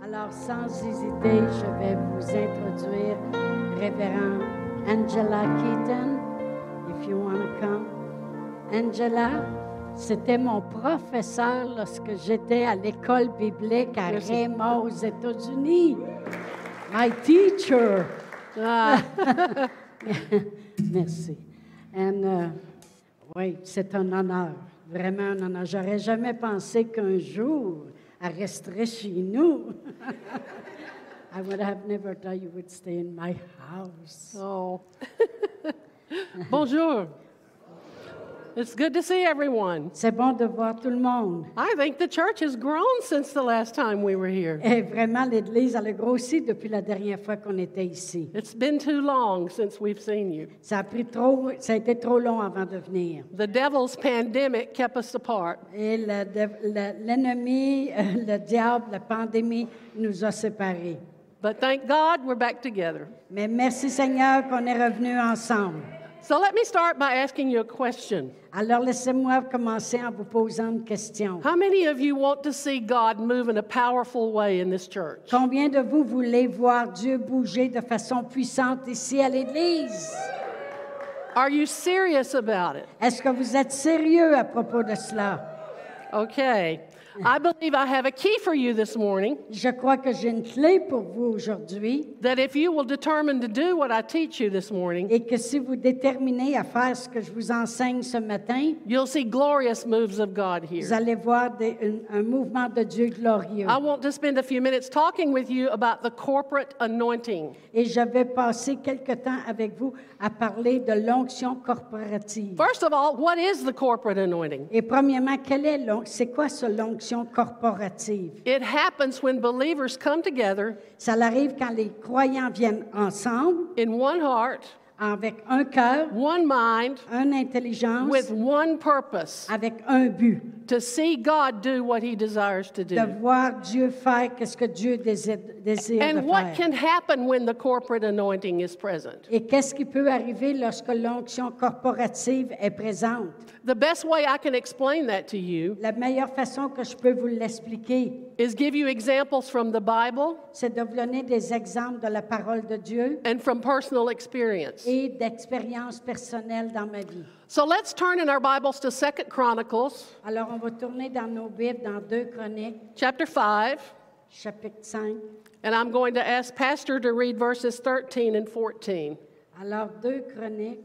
Alors, sans hésiter, je vais vous introduire Révérend Angela Keaton, if you want to come. Angela, c'était mon professeur lorsque j'étais à l'école biblique à Raymond, aux États-Unis. My teacher. Ah. Merci. Oui, c'est un honneur, vraiment un honneur. J'aurais jamais pensé qu'un jour, elle resterait chez nous. I would have never thought you would stay in my house. Oh. Bonjour. It's good to see everyone. C'est bon de voir tout le monde. I think the church has grown since the last time we were here. Et vraiment, l'Église elle a grossi depuis la dernière fois qu'on était ici. It's been too long since we've seen you. Ça a été trop long avant de venir. The devil's pandemic kept us apart. Et l'ennemi, le diable, la pandémie nous a séparés. But thank God we're back together. Mais merci Seigneur qu'on est revenus ensemble. So let me start by asking you a question. Alors laissez-moi commencer en vous posant une question. How many of you want to see God move in a powerful way in this church? Combien de vous voulez voir Dieu bouger de façon puissante ici à l'Église? Are you serious about it? Est-ce que vous êtes sérieux à propos de cela? Okay. I believe I have a key for you this morning. Je crois que j'ai une clé pour vous aujourd'hui. That if you will determine to do what I teach you this morning, Et que si vous déterminez à faire ce que je vous enseigne ce matin, you'll see glorious moves of God vous here. allez voir un mouvement de Dieu glorieux. I want to spend a few minutes talking with you about the corporate anointing. Et je vais passer quelque temps avec vous à parler de l'onction corporative. First of all, what is the corporate anointing? Et premièrement, c'est quoi ça, l'onction corporative? It happens when believers come together Ça arrive quand les croyants viennent ensemble, in one heart, avec un cœur, one mind, une intelligence, with one purpose, avec un but, to see God do what He desires to de do. voir Dieu faire ce que Dieu désire And de what faire. can happen when the corporate anointing is present? Et qu'est-ce qui peut arriver lorsque l'onction corporative est présente? The best way I can explain that to you La meilleure façon que je peux vous l'expliquer, is give you examples from the Bible c'est de vous donner des exemples de la parole de Dieu and from personal experience. et d'expériences personnelles dans ma vie. So let's turn in our Bibles to 2 Chronicles, Alors, on va tourner dans nos Bibles, dans 2 Chroniques, chapter 5, chapitre 5. and I'm going to ask Pastor to read verses 13 and 14. Alors, 2 Chroniques,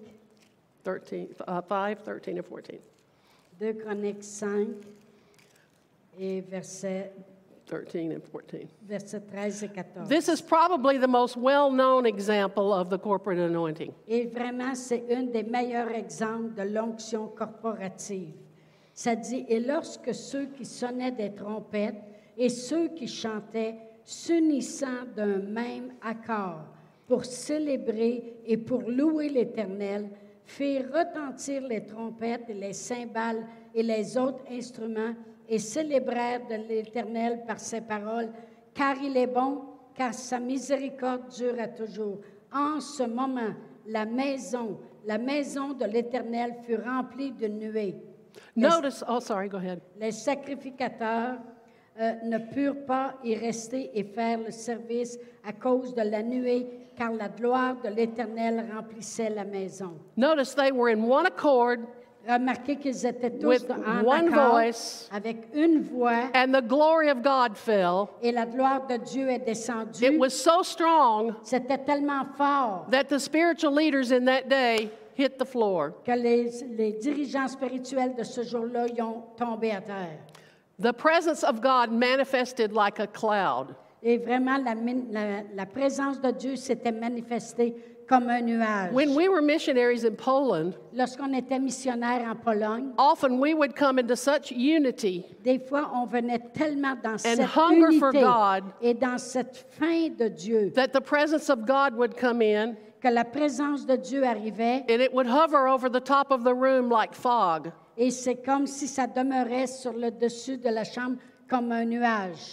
5, 13, and 14. 2 Chroniques 5 et versets 13 and 14. 13 et 14. This is probably the most well-known example of the corporate anointing. Et vraiment, c'est un des meilleurs exemples de l'onction corporative. Ça dit, et lorsque ceux qui sonnaient des trompettes et ceux qui chantaient, s'unissant d'un même accord pour célébrer et pour louer l'Éternel, firent retentir les trompettes et les cymbales et les autres instruments et célébrèrent de l'Éternel par ses paroles, car il est bon, car sa miséricorde dure à toujours. En ce moment, la maison de l'Éternel fut remplie de nuées. Notice, oh, sorry, go ahead. Les sacrificateurs ne purent pas y rester et faire le service à cause de la nuée, car la gloire de l'Éternel remplissait la maison. Notice they were in one accord Remarquez qu'ils étaient tous with en one accord, voice, avec une voix, and the glory of God fell. et la gloire de Dieu est descendue. It was so strong C'était tellement fort that the spiritual leaders in that day hit the floor. que les dirigeants spirituels de ce jour-là y ont tombé à terre. The presence of God manifested like a cloud. Et vraiment, la présence de Dieu s'était manifestée comme un nuage. When we were missionaries in Poland, Lorsqu'on était missionnaire en Pologne, often we would come into such unity des fois, on venait tellement dans cette hunger for unité God et dans cette faim de Dieu that the presence of God would come in que la présence de Dieu arrivait and it would hover over the top of the room like fog. et c'est comme si ça demeurait sur le dessus de la chambre comme un nuage.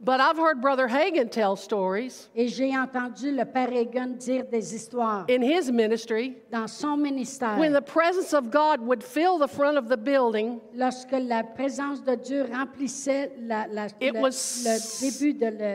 But I've heard Brother Hagin tell stories Et j'ai entendu le Père Hagin dire des histoires in his ministry dans son ministère. when the presence of God would fill the front of the building. Lorsque la présence de Dieu remplissait It le was- début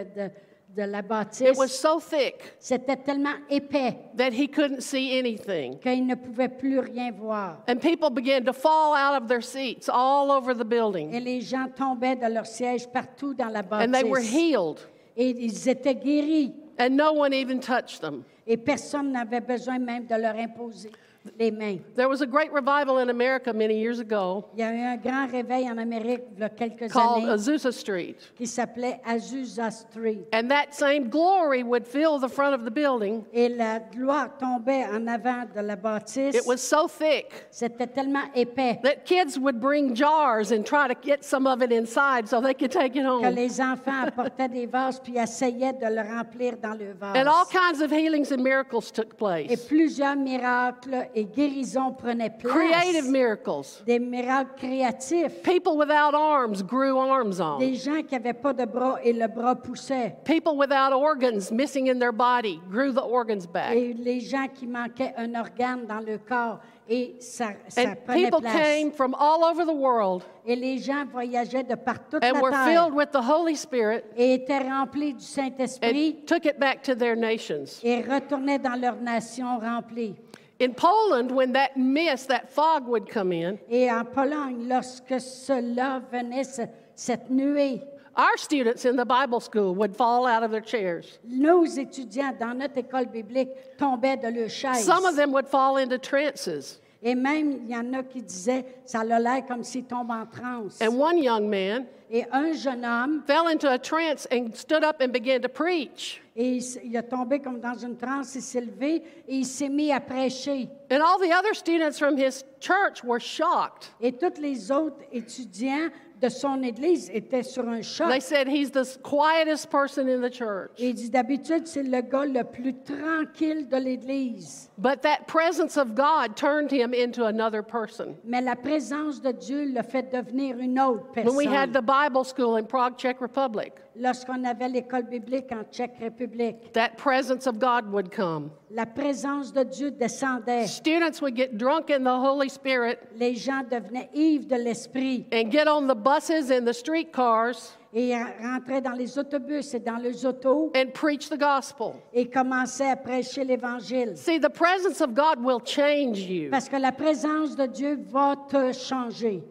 de la It bâtisse, was so thick c'était tellement épais that he couldn't see anything. qu'il ne pouvait plus rien voir. And people began to fall out of their seats all over the building. Et les gens tombaient de leur siège partout dans la And they were bâtisse. healed. Et ils étaient guéris. And no one even touched them. Et personne n'avait besoin même de leur imposer les mains. There was a great revival in America many years ago Il y a eu un grand réveil en Amérique il y a quelques called années Azusa Street. qui s'appelait Azusa Street. And that same glory would fill the front of the building. Et la gloire tombait en avant de la bâtisse. It was so thick C'était tellement épais that kids would bring jars and try to get some of it inside so they could take it que home. les enfants apportaient des vases puis essayaient de le remplir dans le vase. And all kinds of healings and miracles took Et place. plusieurs miracles et guérisons prenaient place. Creative miracles. Des miracles créatifs. People without arms grew arms on. Des gens qui n'avaient pas de bras et le bras poussait. People without organs missing in their body grew the organs back. Et les gens qui manquaient un organe dans le corps et ça And prenait people place. came from all over the world Et les gens voyageaient de par toute and la were terre filled with the Holy Spirit et étaient remplis du Saint-Esprit and took it back to their nations. et retournaient dans leur nation remplie. In Poland, when that mist, that fog would come in, Et en Pologne, lorsque cela venait, cette nuée, our students in the Bible school would fall out of their chairs. nos étudiants dans notre école biblique tombaient de leurs chaises. Some of them would fall into trances. Et même, il y en a qui disaient, ça a l'air comme s'ils tombent en transe. And one young man Et un jeune homme, fell into a trance and stood up and began to preach. et il a tombé comme dans une transe, il s'est levé et il s'est mis à prêcher. And all the other students from his church were shocked. Et tous les autres étudiants de son église étaient sur un choc. They said, he's the quietest person in the church. Et il dit, d'habitude, c'est le gars le plus tranquille de l'église. But that presence of God turned him into another person. Mais la présence de Dieu l'a fait devenir une autre When we had personne. the Bible school in Prague, Czech Republic, Lorsqu'on avait l'école biblique en Tchèque République, that presence of God would come. la présence de Dieu descendait. Students would get drunk in the Holy Spirit Les gens devenaient ivres de l'esprit and get on the buses and the streetcars et rentraient dans les autobus et dans les autos and preach the gospel. et commençaient à prêcher l'Évangile. See, the presence of God will change you. Parce que la présence de Dieu va te changer.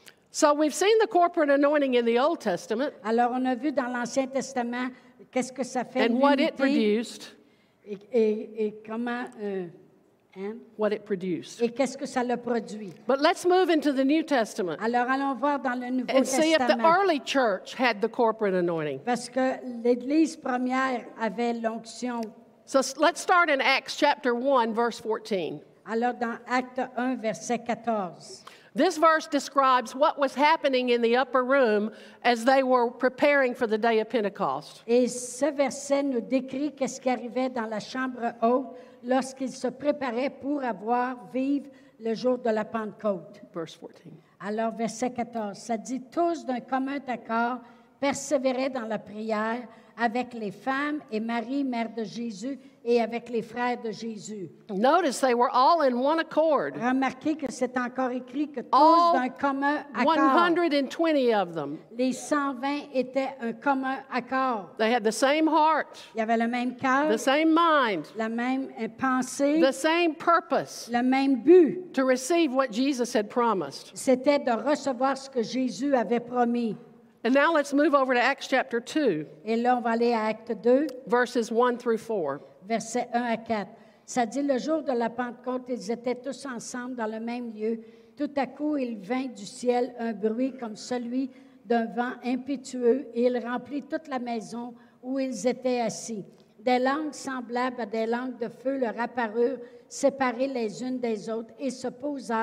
So we've seen the corporate anointing in the Old Testament Alors, on a vu dans l'Ancien Testament qu'est-ce que ça fait and what it l'unité produced. et comment... hein? What it produced. Et qu'est-ce que ça le produit. But let's move into the New Testament Alors, allons voir dans le Nouveau and see if the Testament. early church had the corporate anointing. Parce que l'Église première avait l'onction. So let's start in Acts chapter 1, verse 14. Alors, dans Acte 1, verset 14. This verse describes what was happening in the upper room as they were preparing for the day of Pentecost. Et ce verset nous décrit qu'est-ce qui arrivait dans la chambre haute lorsqu'ils se préparaient pour vivre le jour de la Pentecôte. Verse 14. Alors, verset 14, ça dit « Tous d'un commun accord persévéraient dans la prière avec les femmes et Marie, mère de Jésus, et avec les frères de Jésus. » Notice they were all in one accord. Remarquez que c'est encore écrit que tous All d'un commun accord. 120 of them. Les 120 étaient un commun accord. They had the same heart, Il y avait le même cœur, the same mind, la même pensée, the same purpose le même but. to receive what Jesus had promised. C'était de recevoir ce que Jésus avait promis. And now let's move over to Acts chapter 2, Et là, on va aller à Acte 2, verses 1 through 4. versets 1 à 4. Ça dit, le jour de la Pentecôte, ils étaient tous ensemble dans le même lieu. Tout à coup, il vint du ciel un bruit comme celui d'un vent impétueux et il remplit toute la maison où ils étaient assis. Des langues semblables à des langues de feu leur apparurent, séparées les unes des autres, et se posèrent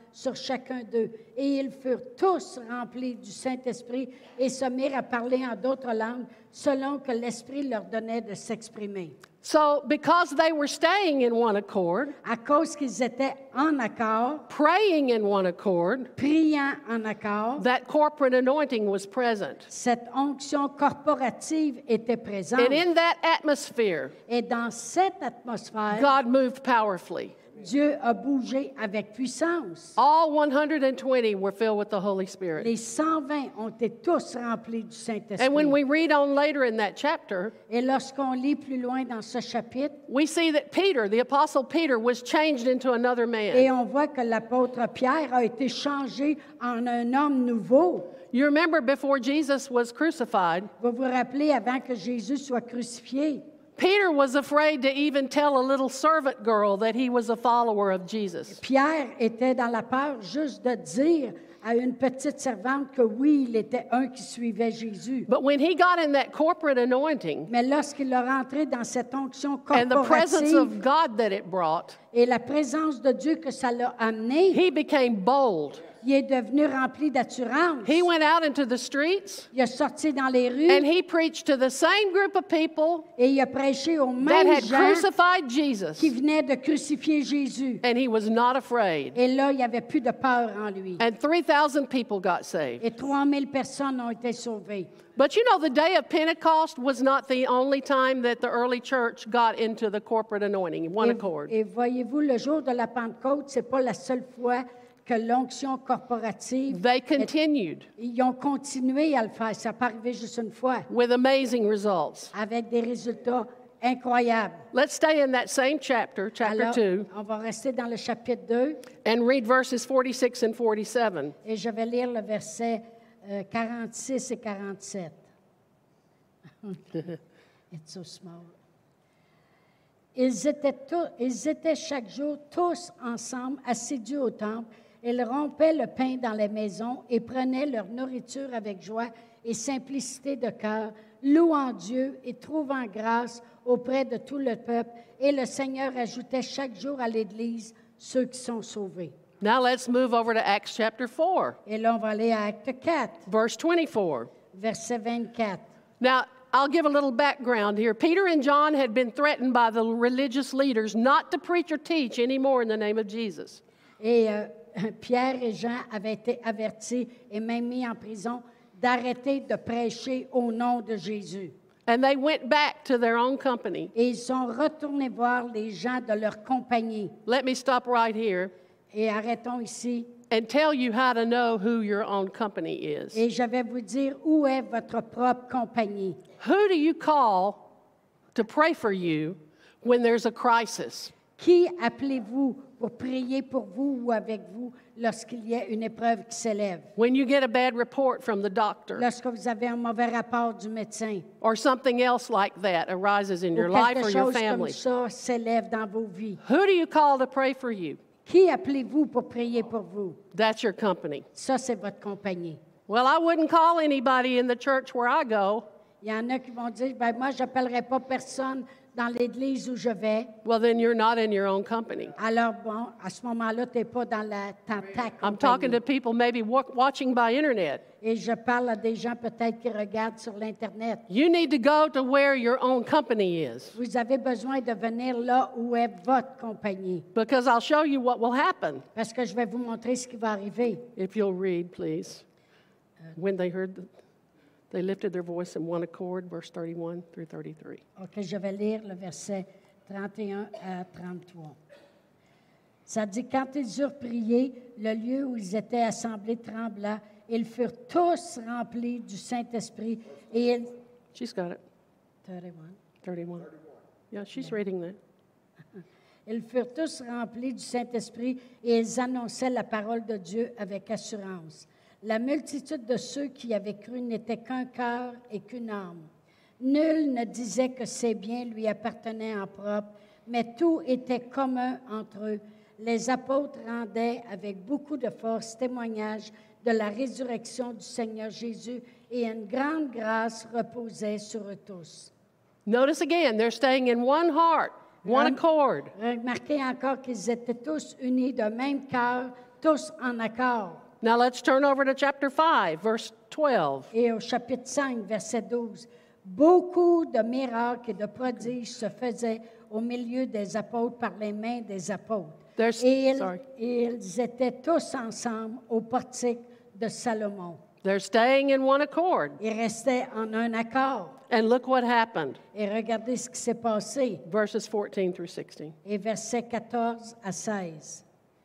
sur chacun d'eux. Et ils furent tous remplis du Saint-Esprit et se mirent à parler en d'autres langues, selon que l'Esprit leur donnait de s'exprimer. So, because they were staying in one accord, À cause qu'ils étaient en accord, praying in one accord, priant en accord, that corporate anointing was present. cette onction corporative était présente. And in that atmosphere, Et dans cette atmosphère, God moved powerfully. Dieu a bougé avec puissance. All 120 were filled with the Holy Spirit. Les 120 ont été tous remplis du And when Saint-Esprit. we read on later in that chapter, Et lorsqu'on lit plus loin dans ce chapitre, we see that Peter, the Apostle Peter, was changed into another man. et on voit que l'apôtre Pierre a été changé en un homme nouveau. You remember before Jesus was crucified, Vous vous rappelez, avant que Jésus soit crucifié, Peter was afraid to even tell a little servant girl that he was a follower of Jesus. Pierre était dans la peur juste de dire à une petite servante que oui, il était un qui suivait Jésus. But when he got in that corporate anointing Mais lorsqu'il est rentré dans cette onction and the presence corporative of God that it brought, et la présence de Dieu que ça l'a amené, he became bold. il est devenu rempli d'assurance. He went out into the streets Il est sorti dans les and rues he preached to the same group of people et il a prêché aux that mêmes had gens crucified qui Jesus, venaient de crucifier Jésus. and he was not afraid. Et là, il n'y avait plus de peur en lui. And 3,000 people got saved. Et 3000 personnes ont été sauvées. But you know, the day of Pentecost was not the only time that the early church got into the corporate anointing, one accord. Et voyez-vous, le jour de la Pentecôte, ce n'est pas la seule fois que l'onction corporative, They continued ils ont continué à le faire. Ça n'est pas arrivé juste une fois, with amazing results. avec des résultats incroyables. Let's stay in that same chapter, chapter Alors, 2, on va rester dans le chapitre 2 and read verses 46 and 47. et je vais lire le verset 46 et 47. It's so small. Ils étaient chaque jour tous ensemble, assidus au temple. Ils rompaient le pain dans les maisons et prenaient leur nourriture avec joie et simplicité de cœur, louant Dieu et trouvant grâce auprès de tout le peuple. Et le Seigneur ajoutait chaque jour à l'Église ceux qui sont sauvés. Now let's move over to Acts chapter 4, Et là, on va aller à Acte 4, verse 24. verset 24. Now, I'll give a little background here. Peter and John had been threatened by the religious leaders not to preach or teach anymore in the name of Jesus. Et Pierre et Jean avaient été avertis et même mis en prison d'arrêter de prêcher au nom de Jésus. And they went back to their own company. Et ils sont retournés voir les gens de leur compagnie. Let me stop right here Et arrêtons ici. and tell you how to know who your own company is. Et je vais vous dire où est votre propre compagnie. Who do you call to pray for you when there's a crisis? Qui appelez-vous pour prier pour vous ou avec vous lorsqu'il y a une épreuve qui s'élève? When you get a bad report from the doctor Lorsque vous avez un mauvais rapport du médecin or something else like that arises in ou your life quelque or your chose comme family? ça s'élève dans vos vies. Who do you call to pray for you? Qui appelez-vous pour prier pour vous? That's your company. Ça, c'est votre compagnie. Well, I wouldn't call anybody in the church where I go. Il y en a qui vont dire, ben moi, je n'appellerai pas personne dans l'église où je vais. Well, then you're not in your own company. Alors, bon, à ce moment-là, tu n'es pas dans ta I'm talking compagnie. to people maybe watching by internet. Et je parle à des gens peut-être qui regardent sur l'Internet. You need to go to where your own company is Vous avez besoin de venir là où est votre compagnie. because I'll show you what will happen. Parce que je vais vous montrer ce qui va arriver. If you'll read, please. When they heard, they lifted their voice in one accord, verse 31 through 33. OK, je vais lire le verset 31 à 33. Ça dit, quand ils eurent prié, le lieu où ils étaient assemblés trembla. Ils furent tous remplis du Saint-Esprit et ils... She's got it. 31. 31. Yeah, she's reading that. Ils furent tous remplis du Saint-Esprit et ils annonçaient la parole de Dieu avec assurance. La multitude de ceux qui avaient cru n'était qu'un cœur et qu'une âme. Nul ne disait que ses biens lui appartenaient en propre, mais tout était commun entre eux. Les apôtres rendaient avec beaucoup de force témoignage de la résurrection du Seigneur Jésus et une grande grâce reposait sur eux tous. Notice again, they're staying in one heart, one accord. Remarquez encore qu'ils étaient tous unis d'un même cœur, tous en accord. Now let's turn over to chapter 5, verse 12. Et au chapitre 5, verset 12, beaucoup de miracles et de prodiges se faisaient au milieu des apôtres par les mains des apôtres. Et ils étaient tous ensemble au portique de Salomon. They're staying in one accord. Ils restaient en un accord. And look what happened. Et regardez ce qui s'est passé. Verses 14 through 16. Et versets 14 à 16.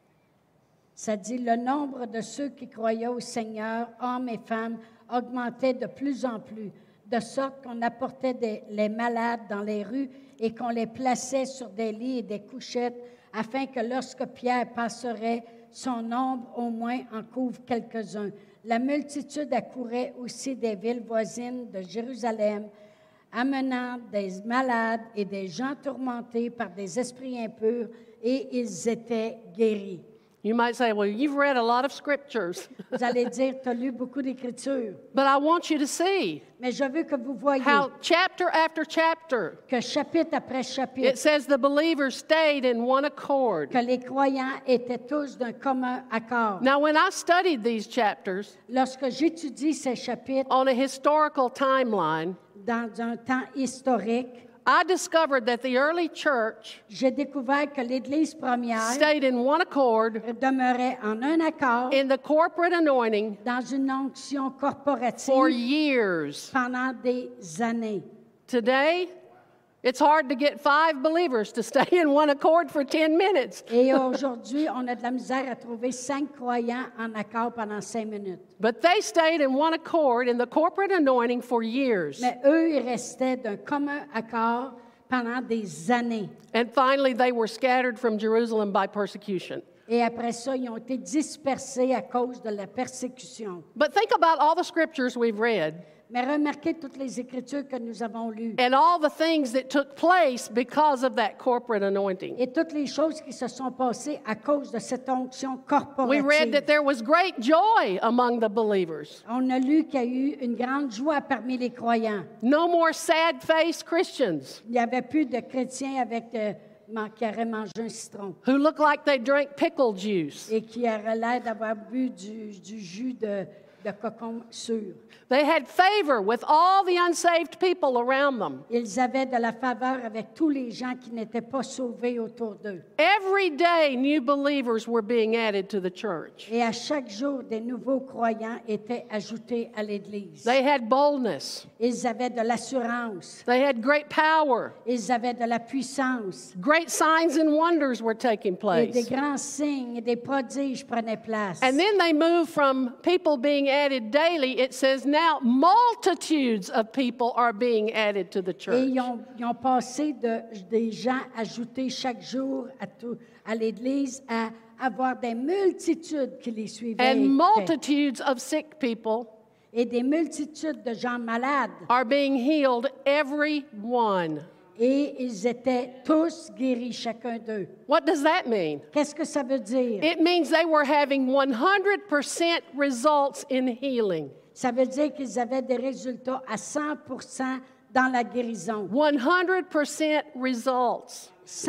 Ça dit, le nombre de ceux qui croyaient au Seigneur, hommes et femmes, augmentait de plus en plus, de sorte qu'on apportait les malades dans les rues et qu'on les plaçait sur des lits et des couchettes, afin que lorsque Pierre passerait, son nombre au moins en couvre quelques-uns. La multitude accourait aussi des villes voisines de Jérusalem, amenant des malades et des gens tourmentés par des esprits impurs, et ils étaient guéris. You might say, well, you've read a lot of scriptures. Vous allez dire, tu as lu beaucoup d'Écritures. But I want you to see Mais je veux que vous voyez how chapter after chapter, que chapitre après chapitre, it says the believers stayed in one accord. que les croyants étaient tous d'un commun accord. Now, when I studied these chapters Lorsque j'étudie ces chapitres on a historical timeline, dans un temps historique, I discovered that the early church j'ai découvert que l'Église première stayed in one accord demeurait en un accord in the corporate anointing dans une onction for corporative years. pendant des années. Today, it's hard to get 5 believers to stay in one accord for 10 minutes. Et aujourd'hui, on a de la misère à trouver 5 croyants en accord pendant 5 minutes. But they stayed in one accord in the corporate anointing for years. Mais eux, ils restaient d'un commun accord pendant des années. And finally, they were scattered from Jerusalem by persecution. Et après ça, ils ont été dispersés à cause de la persécution. But think about all the scriptures we've read Mais remarquez toutes les Écritures que nous avons lues and all the things that took place because of that corporate anointing. et toutes les choses qui se sont passées à cause de cette onction We read corporative. that there was great joy among the believers. On a lu qu'il y a eu une grande joie parmi les croyants. No more sad-faced Christians Il n'y avait plus de chrétiens avec qui auraient mangé un citron who looked like they drank pickle juice. et qui auraient l'air d'avoir bu du jus de cocon sûr. They had favor with all the unsaved people around them. Ils avaient de la faveur avec tous les gens qui n'étaient pas sauvés autour d'eux. Every day, new believers were being added to the church. Et à chaque jour, des nouveaux croyants étaient ajoutés à l'Église. They had boldness. Ils avaient de l'assurance. They had great power. Ils avaient de la puissance. Great signs and wonders were taking Et des place. grands signes et des prodiges prenaient place. And then they moved from people being added daily, it says now multitudes of people are being added to the Et church. ils ont passé des gens ajoutés chaque jour à l'Église à avoir des multitudes qui les suivaient. And et écoutaient. multitudes of sick people Et des multitudes de gens malades. are being healed, every one. Et ils étaient tous guéris, chacun d'eux. What does that mean? Qu'est-ce que ça veut dire? It means they were having 100% results in healing. Ça veut dire qu'ils avaient des résultats à 100% dans la guérison. 100% results.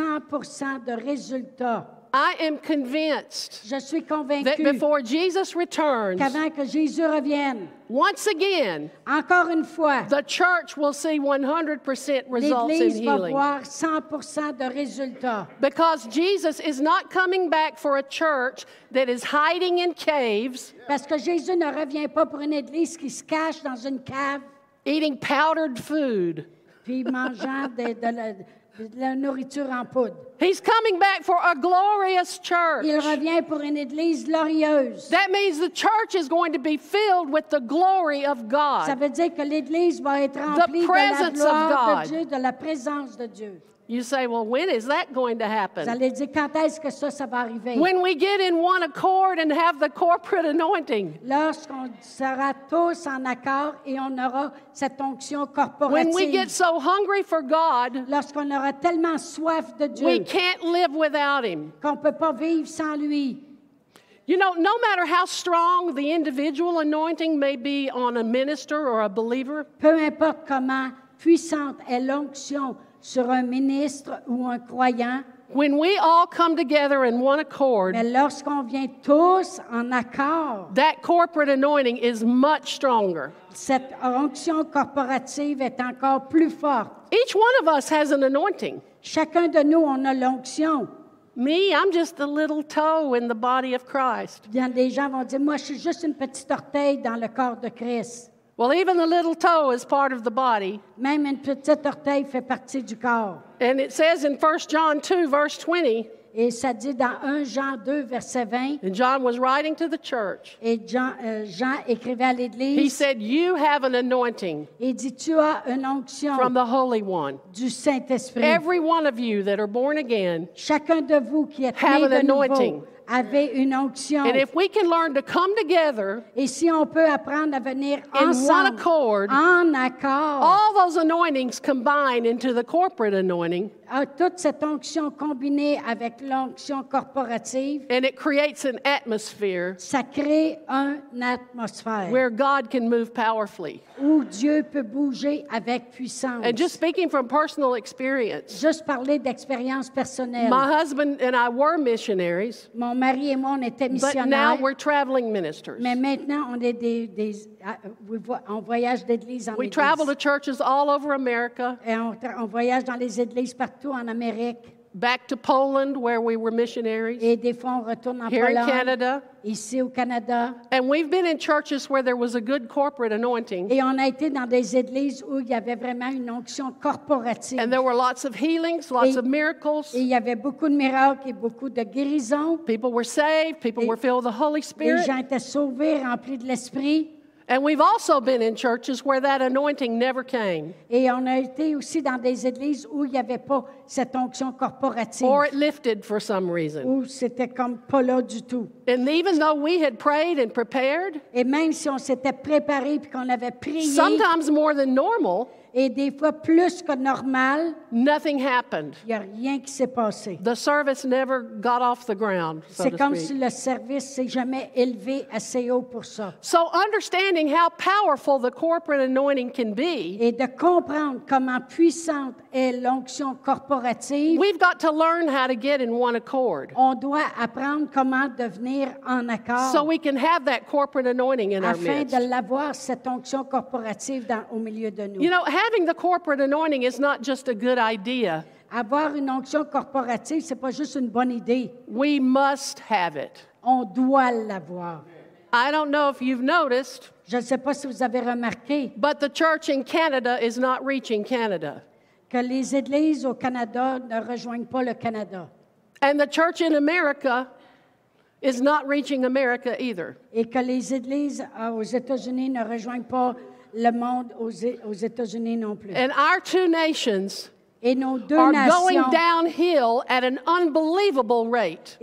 100% de résultats. I am convinced Je suis that convaincue before Jesus returns, qu'avant que Jésus revienne, once again, encore une fois, the church will see 100% results in l'Église va healing. voir 100% de résultats. Because Jesus is not coming back for a church that is hiding in caves, Parce que Jésus ne revient pas pour une Église qui se cache dans une cave, eating powdered food. puis mangeant de la nourriture en poudre. He's coming back for a glorious church. Il revient pour une Église glorieuse. That means the church is going to be filled with the glory of Ça God. veut dire que l'Église va être remplie de la presence of gloire de God. Dieu, de la présence de Dieu. You say, well, when is that going to Vous happen? allez dire, quand est-ce que ça va arriver? When we get in one accord and have the corporate anointing. Lorsqu'on sera tous en accord et on aura cette onction When we get corporative. so hungry for God, Lorsqu'on aura tellement soif de we Dieu can't live without Him. qu'on ne peut pas vivre sans lui. You know, no matter how strong the individual anointing may be on a minister or a believer, Peu importe comment puissante est l'onction sur un ministre ou un croyant, when we all come together in one accord, Mais lorsqu'on vient tous en accord, that corporate anointing is much stronger. cette onction corporative est encore plus forte. Each one of us has an anointing. Chacun de nous, on a l'onction. Me, I'm just a little toe in the body of Christ. Bien, des gens vont dire, moi, je suis juste une petite orteil dans le corps de Christ. Well, even the little toe is part of the body. Même une petite orteil fait partie du corps. And it says in 1 John 2, verse 20, Et ça dit dans 1 Jean 2, verset 20, and John was writing to the church. et Jean écrivait à He l'Église, said, you have an anointing et dit, tu as une onction from the Holy One. du Saint-Esprit. Every one of you that are born again, Chacun de vous qui êtes have né an de anointing. nouveau avez une onction. and if we can learn to come together Et si on peut apprendre à venir in one ensemble, accord, en accord, all those anointings combine into the corporate anointing, toute cette onction combinée avec l'onction corporative, and it creates an atmosphere ça crée une atmosphère where God can move powerfully. où Dieu peut bouger avec puissance. And just speaking from personal experience, Juste parler d'expérience personnelle. my husband and I were missionaries, Mon mari et moi, on était but now missionnaires, we're traveling ministers. mais maintenant, on est on voyage d'église en We église. travel to churches all over America, Et on voyage dans les églises partout en Amérique. back to Poland where we were missionaries, Et des fois, on retourne en here in Pologne, Canada. ici au Canada. And we've been in churches where there was a good corporate anointing, Et on a été dans des églises où il y avait vraiment une onction corporative. and there were lots of healings, lots Et- of miracles. Et il y avait beaucoup de miracles et beaucoup de guérisons. People were saved, people Et- were filled with the Holy Les Spirit. gens étaient sauvés, remplis de l'Esprit. And we've also been in churches where that anointing never came, Et on a été aussi dans des églises où il n'y avait pas cette onction corporative. or it lifted for some reason. Où c'était comme pas là du tout. And even though we had prayed and prepared, Et même si on s'était préparé et qu'on avait prié, sometimes more than normal, et des fois plus que normal, nothing happened. il n'y a rien qui s'est passé. The service never got off the ground, so C'est to comme speak. si le service s'est jamais élevé assez haut pour ça. So understanding how powerful the corporate anointing can be, Et de comprendre comment puissante est l'onction corporative, we've got to learn how to get in one accord on doit apprendre comment devenir en accord so we can have that corporate anointing in our afin midst. de l'avoir, cette onction corporative au milieu de nous. You know, having the corporate anointing is not just a good idea. Avoir une onction corporative, c'est pas juste une bonne idée. We must have it. On doit l'avoir. I don't know if you've noticed, Je ne sais pas si vous avez remarqué but the church in Canada is not reaching Canada. que les églises au Canada ne rejoignent pas le Canada And the church in America is not reaching America either. et que les églises aux États-Unis ne rejoignent pas le monde aux États-Unis non plus. And our two nations Et nos deux are going nations downhill at an unbelievable rate.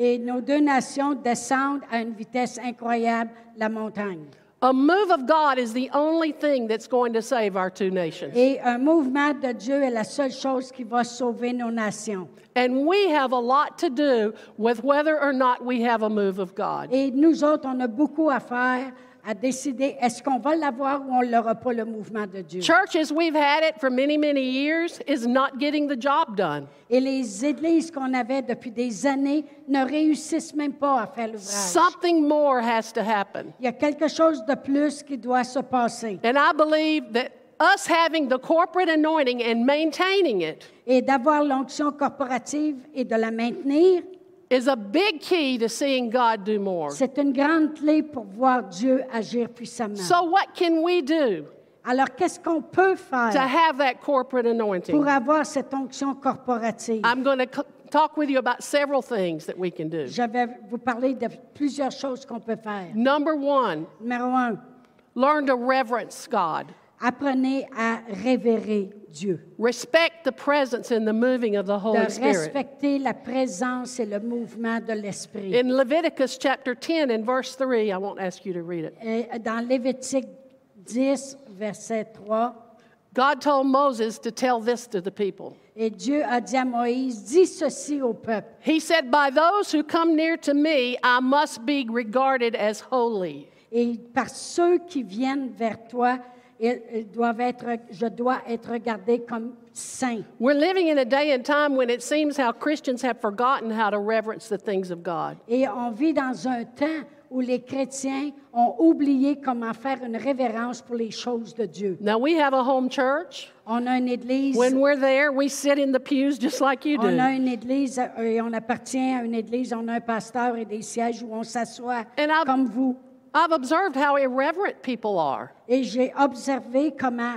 descendent à une vitesse incroyable la montagne. A move of God is the only thing that's going to save our two nations. Et un mouvement de Dieu est la seule chose qui va sauver nos nations. And we have a lot to do with whether or not we have a move of God. Et nous autres, on a beaucoup à faire, à décider, est-ce qu'on va l'avoir ou on n'aura pas le mouvement de Dieu. Churches, we've had it for many, many years, is not getting the job done. Et les églises qu'on avait depuis des années ne réussissent même pas à faire l'ouvrage. Something more has to happen. Il y a quelque chose de plus qui doit se passer. And I believe that us having the corporate anointing and maintaining it Et d'avoir l'onction corporative et de la maintenir, is a big key to seeing God do more. c'est une grande clé pour voir Dieu agir puissamment. So what can we do Alors, qu'est-ce qu'on peut to faire have that corporate pour anointing? avoir cette onction corporative? I'm going to talk with you about several things that we can do. Je vais vous parler de plusieurs choses qu'on peut faire. Number one, Numéro 1, learn to reverence God. apprenez à révérer Dieu. Respect the presence and the moving of the De Holy Spirit. respecter la présence et le mouvement de l'Esprit. In Leviticus chapter 10 and verse 3, I won't ask you to read it. Et dans Lévitique 10, verset 3, God told Moses to tell this to the people. et Dieu a dit à Moïse, dis ceci au peuple. He said, by those who come near to me, I must be regarded as holy. Et par ceux qui viennent vers toi, je dois être regardé comme saint. We're living in a day and time when it seems how Christians have forgotten how to reverence the things of God. Et on vit dans un temps où les chrétiens ont oublié comment faire une révérence pour les choses de Dieu. Now, we have a home church. On a une église. When we're there, we sit in the pews just like you do. On a une église et on appartient à une église. On a un pasteur et des sièges où on s'assoit comme vous. I've observed how irreverent people are. Et j'ai observé comment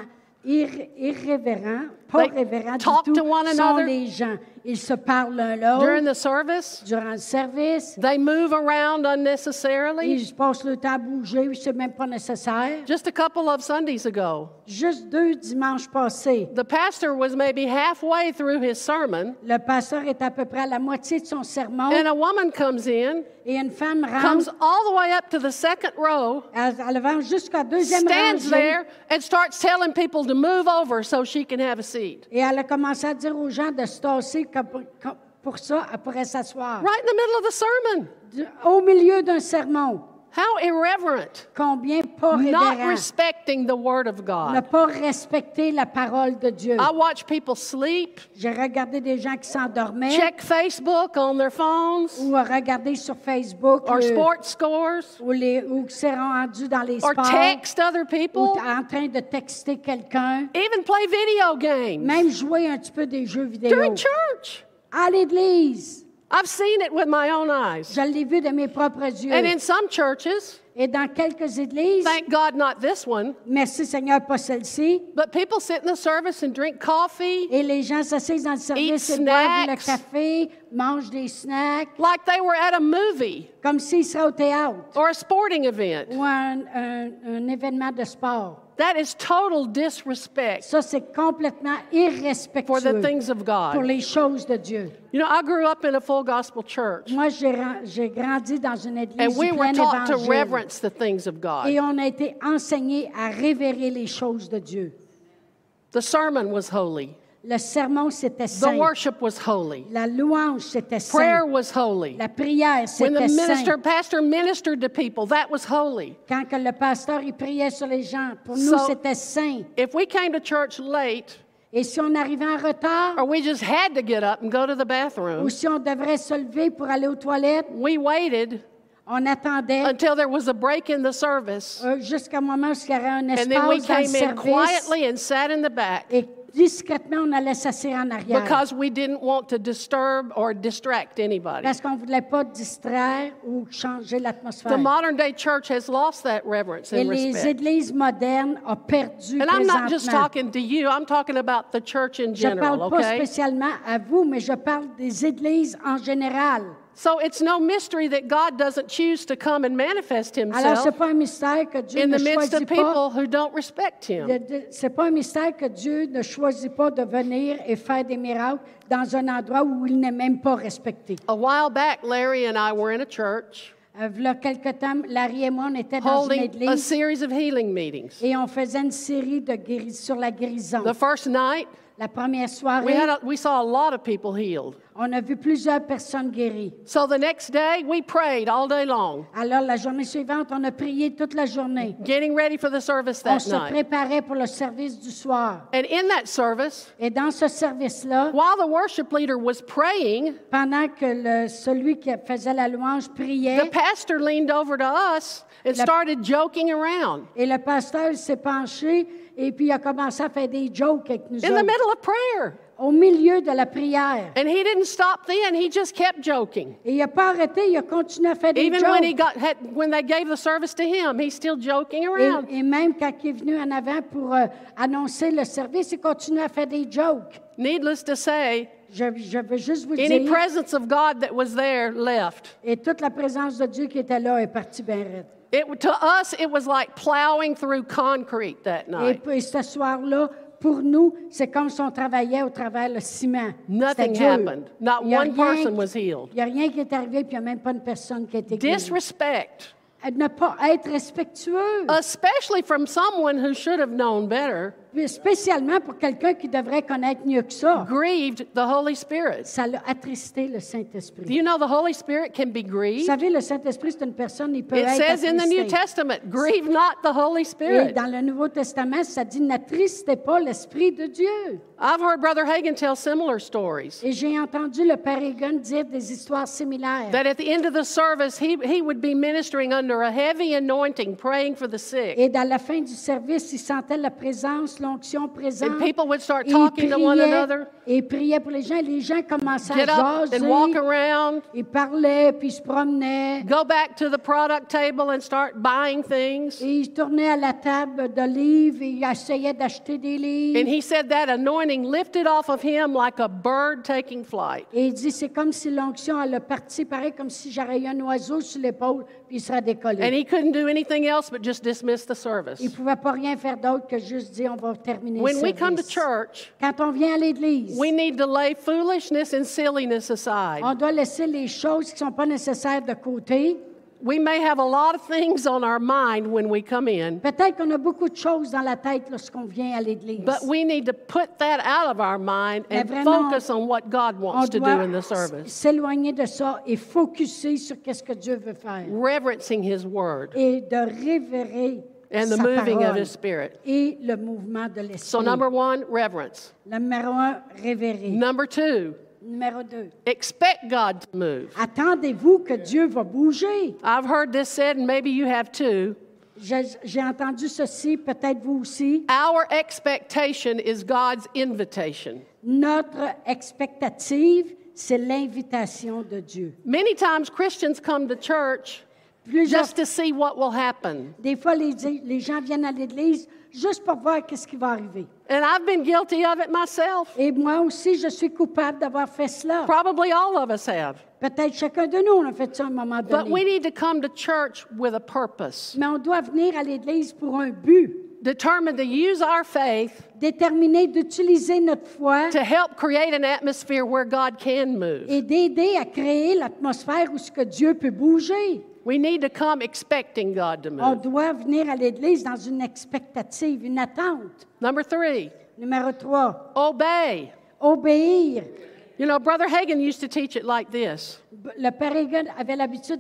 irrévérents, pas révérents du tout, sont les gens. Ils se parlent l'un l'autre. During the service, durant le service, they move around unnecessarily. Ils passent le temps à bouger, c'est même pas nécessaire. Just a couple of Sundays ago, juste 2 dimanches passés, the pastor was maybe halfway through his sermon. Le pasteur est à peu près à la moitié de son sermon. And a woman comes in. Et une femme comes all the way up to the second row. Elle avance jusqu'à deuxième rangée. Stands there and starts telling people to move over so she can have a seat. Et elle a commencé à dire aux gens de se tasser pour ça, elle pourrait s'asseoir. Right in the middle of the sermon. Au milieu d'un sermon. How irreverent. Combien pas révérent. Not respecting the word of God. Ne pas respecter la parole de Dieu. I watch people sleep. J'ai regardé des gens qui s'endormaient. Check Facebook on their phones. Ou regarder sur Facebook. Or sports scores. Ou qui s'est rendu dans les sports. Or text other people. Ou en train de texter quelqu'un. Even play video games. Même jouer un petit peu des jeux vidéo. During church. À l'église. I've seen it with my own eyes. Je l'ai vu de mes propres yeux. And in some churches, et dans quelques églises, thank God not this one. Merci Seigneur, pas celle-ci. But people sit in the service and drink coffee. Et les gens s'asseyent dans le service et boivent le café, mangent des snacks. Like they were at a movie. Comme s'ils seraient au théâtre. Or a sporting event. Ou un événement de sport. That is total disrespect. Ça, c'est complètement irrespectueux for the things of God. Pour les choses de Dieu. You know, I grew up in a full gospel church. Moi, j'ai grandi dans une église and we were taught évangile. To reverence the things of God. Et on a été enseignés à révérer les choses de Dieu. The sermon was holy. Le sermon, c'était saint. The worship was holy. La louange, c'était saint. Prayer was holy. La prière, c'était saint. When the pasteur ministered to people, that was holy. Quand que le pasteur il priait sur les gens, pour nous, c'était saint. If we came to church late, et si on arrivait en retard, or we just had to get up and go to the bathroom, ou si on devrait se lever pour aller aux toilettes, we waited. On attendait until there was a break in the service. Jusqu'à un moment où il y aurait un espace and then we dans le came in service. Quietly and sat in the back. Et discrètement, on allait s'asseoir en arrière. Because we didn't want to disturb or distract anybody. Parce qu'on voulait pas distraire ou changer l'atmosphère. The modern day church has lost that reverence and respect. Et les églises modernes ont perdu and I'm not just talking to you, I'm talking about the church in general, Je parle pas spécialement à vous, mais je parle des églises en général. So it's no mystery that God doesn't choose to come and manifest Himself Alors, c'est pas un mystère que Dieu in ne the midst of choisit people pas. who don't respect Him. C'est pas un mystère que Dieu ne choisit pas de venir et faire des miracles dans un endroit où il n'est même pas respecté. A while back, Larry and I were in a church. Il y a quelque temps, Larry et moi, on était dans une église. A series of healing meetings. Et on faisait une série sur la guérison. The first night, la première soirée, we saw a lot of people healed. On a vu plusieurs personnes guéries. So the next day, we prayed all day long. Alors la journée suivante, on a prié toute la journée. Getting ready for the service that night. On se préparait pour le service du soir. And in that service, et dans ce service-là, while the worship leader was praying, pendant que celui qui faisait la louange priait, the pastor leaned over to us and started joking around. Et le pasteur s'est penché et puis il a commencé à faire des jokes avec nous in autres. The middle of prayer. Au milieu de la prière. And he didn't stop then, he just kept joking. Et il n'a pas arrêté, il a continué à faire des Even jokes. when they gave the service to him, he's still joking around. Et même quand il est venu en avant pour annoncer le service, il continue à faire des jokes. Needless to say, je veux juste vous any dire, presence of God that was there left. Et toute la présence de Dieu qui était là est partie bien raide. To us, it was like plowing through concrete that night. Et ce soir-là, pour nous, c'est comme si on travaillait au travers le ciment. Nothing happened. Not one person was healed. Il n'y a rien qui est arrivé, puis il n'y a même pas une personne qui a été guérie. Disrespect. Ne pas être respectueux. Especially from someone who should have known better. spécialement pour quelqu'un qui devrait connaître mieux que ça. grieved the Holy Spirit. Ça l'a attristé le Do Saint-Esprit. you know the Holy Spirit can be Vous grieved? savez, le Saint-Esprit, c'est une personne, il peut It être says in the New attristé. Testament, grieve not the Holy Et Spirit. dans le Nouveau Testament, ça dit, n'attristez pas l'Esprit de Dieu. I've heard Brother Hagin tell similar stories. Et j'ai entendu le Père Egan dire des histoires similaires. That at the end of the service, he would be ministering under a heavy anointing, praying for the sick. Et dans la fin du service, il sentait la présence, l'onction présente. And people would start Et talking to one another, et il priait pour les gens. Les gens commençaient get à up jaser. and walk around, Ils parlaient, puis ils se promenaient. go back to the product table and start buying things. Et ils tournaient à la table de livres et ils essayaient d'acheter des livres. And he said that anointing lifted off of him like a bird taking flight. Et il dit, c'est comme si l'onction allait partir, pareil comme si j'aurais eu un oiseau sur l'épaule, puis il serait décollé. And he couldn't do anything else but just dismiss the service. Il ne pouvait pas rien faire d'autre que juste dire, on va terminer le When we service. come to church, Quand on vient à l'Église, we need to lay foolishness and silliness aside. on doit laisser les choses qui ne sont pas nécessaires de côté. We may have a lot of things on our mind when we come in, Peut-être qu'on a beaucoup de choses dans la tête lorsqu'on vient à l'Église. but we need to put that out of our mind and Mais vraiment, focus on what God On wants to do doit in the service, s'éloigner de ça et focuser sur qu'est-ce que Dieu veut faire. reverencing His Word Et de révérer and the sa moving of parole His Spirit. et le mouvement de l'Esprit. So, number one, reverence. Le numéro 1, révérer. Number two, Numéro 2, expect God to move. attendez-vous que Dieu va bouger. I've heard this said, and maybe you have too. J'ai entendu ceci, peut-être vous aussi. Our expectation is God's invitation. Notre expectative, c'est l'invitation de Dieu. Many times Christians come to church Plusieurs, just to see what will happen. des fois, les gens viennent à l'Église juste pour voir qu'est-ce qui va arriver. And I've been guilty of it myself. Et moi aussi, je suis coupable d'avoir fait cela. Probably all of us have. Peut-être chacun de nous, on a fait ça à un moment But we donné. need to come to church with a purpose, Mais on doit venir à l'Église pour un but, determined to use our faith déterminé d'utiliser notre foi to help create an atmosphere where God can move. et d'aider à créer l'atmosphère où ce que Dieu peut bouger. We need to come expecting God to On move. doit venir à l'Église dans une expectative, une attente. Number three, Numéro 3, obey. obéir. You know, Brother Hagin used to teach it like this. Le Père Egan avait l'habitude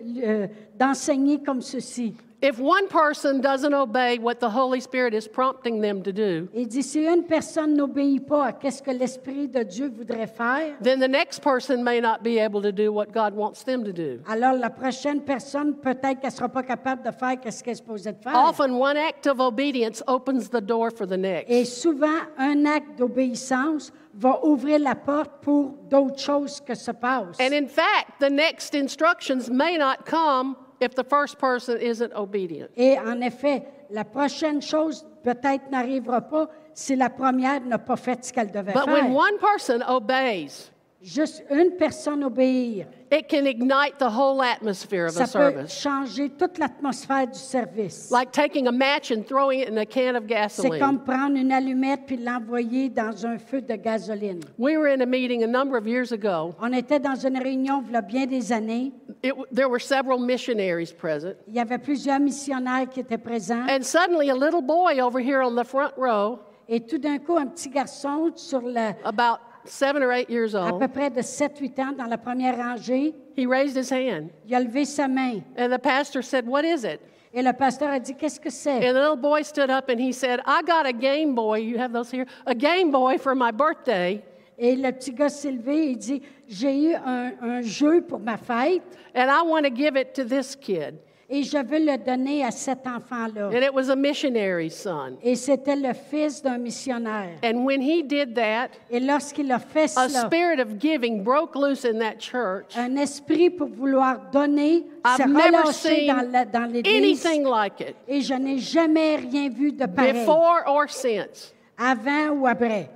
d'enseigner comme ceci. If one person doesn't obey what the Holy Spirit is prompting them to do, Il dit, si une personne n'obéit pas à ce que l'Esprit de Dieu voudrait faire, then the next person may not be able to do what God wants them to do. alors la prochaine personne, peut-être qu'elle ne sera pas capable de faire ce qu'elle est supposée de faire. Often, one act of obedience opens the door for the next. Et souvent, un acte d'obéissance va ouvrir la porte pour d'autres choses que se passent. And in fact, the next instructions may not come if the first person isn't obedient. Et en effet, la prochaine chose peut-être n'arrivera pas si la première n'a pas fait ce qu'elle devait But faire. when one person obeys, Juste une personne obéir, it can ignite the whole atmosphere of ça a peut service. changer toute l'atmosphère du service. Like taking a match and throwing it in a can of C'est comme gasoline. prendre une allumette puis l'envoyer dans un feu de gasoline. We were in a meeting a number of years ago. On était dans une réunion il y a bien des années. There were several missionaries present. Il y avait plusieurs missionnaires qui étaient présents. And suddenly, a little boy over here on the front row, Et tout d'un coup, un petit garçon sur about 7 or 8 years à peu old, près de 7-8 ans dans la première rangée, he raised his hand. il a levé sa main. And the pastor said, "What is it?" Et le pasteur a dit, qu'est-ce que c'est? And the little boy stood up and he said, "I got a Game Boy. You have those here? A Game Boy for my birthday. Et le petit gars s'est levé et il dit, j'ai eu un jeu pour ma fête And I want to give it to this kid." et je veux le donner à cet enfant-là. And it was a missionary's son. Et c'était le fils d'un missionnaire. And when he did that, Et lorsqu'il a fait a cela, spirit of giving broke loose in that church. un esprit pour vouloir donner s'est I've never relâché seen dans l'Église. anything like it Et je n'ai jamais rien vu de pareil, before or since. avant ou après.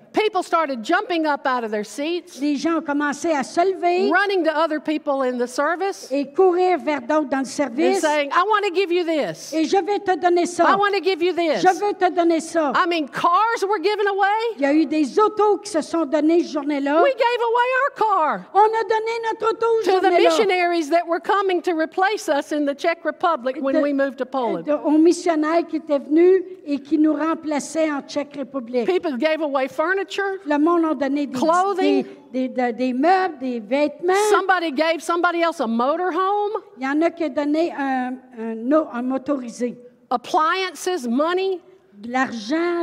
People started jumping up out of their seats, Les gens ont commencé à se lever running to other people in the service, et courir vers d'autres dans le and service. saying, I want to give you this. Et je vais te donner I ça. want to give you this. Je veux te donner ça. I mean, cars were given away. Il y a eu des autos qui se sont donnés cette journée-là. We gave away our car On a donné notre auto ce to the journée-là missionaries that were coming to replace us in the Czech Republic when we moved to Poland. aux missionnaires qui étaient venus et qui nous remplaçaient en Tchèque République. People gave away furniture. Le monde a donné Clothing. des meubles, des vêtements. Somebody gave somebody else a motorhome, Il y en a qui ont donné un motorisé. appliances, money. De l'argent,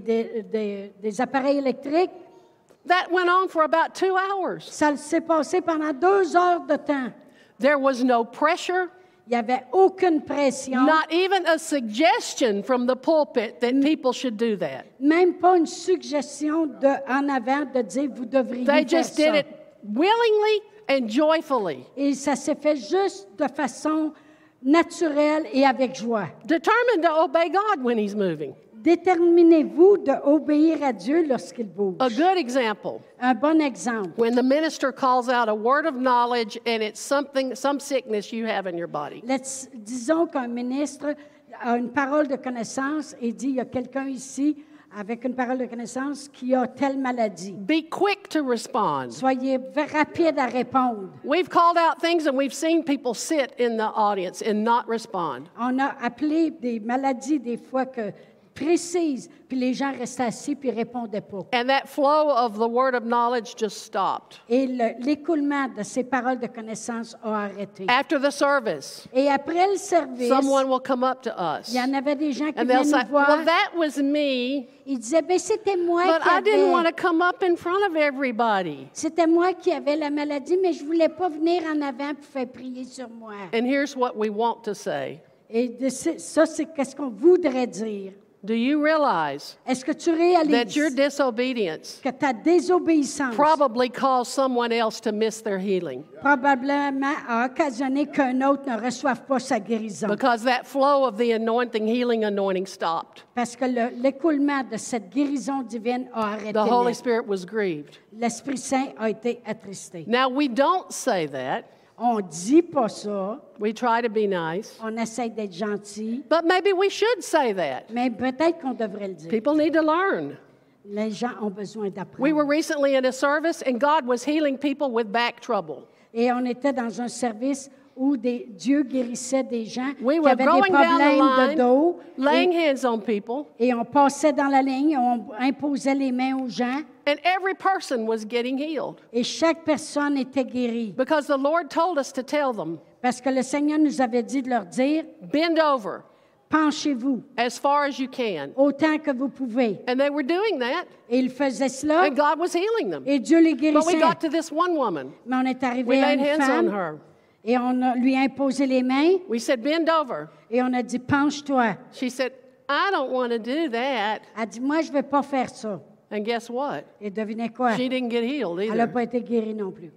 des appareils électriques. That went on for about 2 hours. Ça s'est passé pendant 2 heures de temps. There was no pressure, Il n'y avait aucune pression, not even a suggestion from the pulpit that people should do that. même pas une suggestion en avant de dire vous devriez They faire just did ça. it willingly and joyfully. Et ça s'est fait juste de façon naturelle et avec joie. Determined to obey God when He's moving. Déterminez-vous d'obéir à Dieu lorsqu'il bouge. A good example, Un bon exemple. when the minister calls out a word of knowledge and it's some sickness you have in your body. Disons qu'un ministre a une parole de connaissance et dit il y a quelqu'un ici avec une parole de connaissance qui a telle maladie. Be quick to respond. Soyez rapide à répondre. We've called out things and we've seen people sit in the audience and not respond. On a appelé des maladies des fois précises, puis les gens restaient assis puis répondaient pas. And that flow of the word of knowledge just stopped. Et l'écoulement de ces paroles de connaissance a arrêté. After the service, Et après le service, someone will come up to us il y en avait des gens qui and they'll venaient say, nous voir. well, that was me, Ils disaient, ben c'était moi but qui I didn't want avais. to come up in front of everybody. C'était moi qui avais la maladie, mais je voulais pas venir en avant pour faire prier sur moi. And here's what we want to say. Et ça, c'est qu'est-ce qu'on voudrait dire. Do you realize Est-ce que tu that réalises your disobedience que ta désobéissance probably caused someone else to miss their healing? probablement a occasionné qu'un autre ne reçoive pas sa guérison? Because that flow of the anointing, healing anointing stopped. Parce que l'écoulement de cette guérison divine a arrêté. The Holy net. Spirit was grieved. L'Esprit Saint a été attristé. Now, we don't say that. On dit pas ça. We try to be nice. On essaie d'être gentil. But maybe we should say that. Mais peut-être qu'on devrait le dire. People need to learn. Les gens ont besoin d'apprendre. We were recently in a service and God was healing people with back trouble. Et on était dans un service où Dieu guérissait des gens We qui were avaient des going down the problèmes de line, dos. laying hands on people, Et on passait dans la ligne, on imposait les mains aux gens. and every person was getting healed. Et chaque personne était guérie. Because the Lord told us to tell them, Parce que le Seigneur nous avait dit de leur dire, bend over penchez-vous as far as you can. autant que vous pouvez. And they were doing that, Et ils faisaient cela and God was healing them. et Dieu les But we guérissait. got to this one woman. Mais on est We arrivé à laid une hands on femme her. et on lui a imposé les mains We said, bend over. et on a dit, penche-toi. She said, I don't want to do that. Elle dit, moi, je ne vais pas faire ça. And guess what? Et devinez quoi? She didn't get healed Elle n'a either. pas été guérie non plus.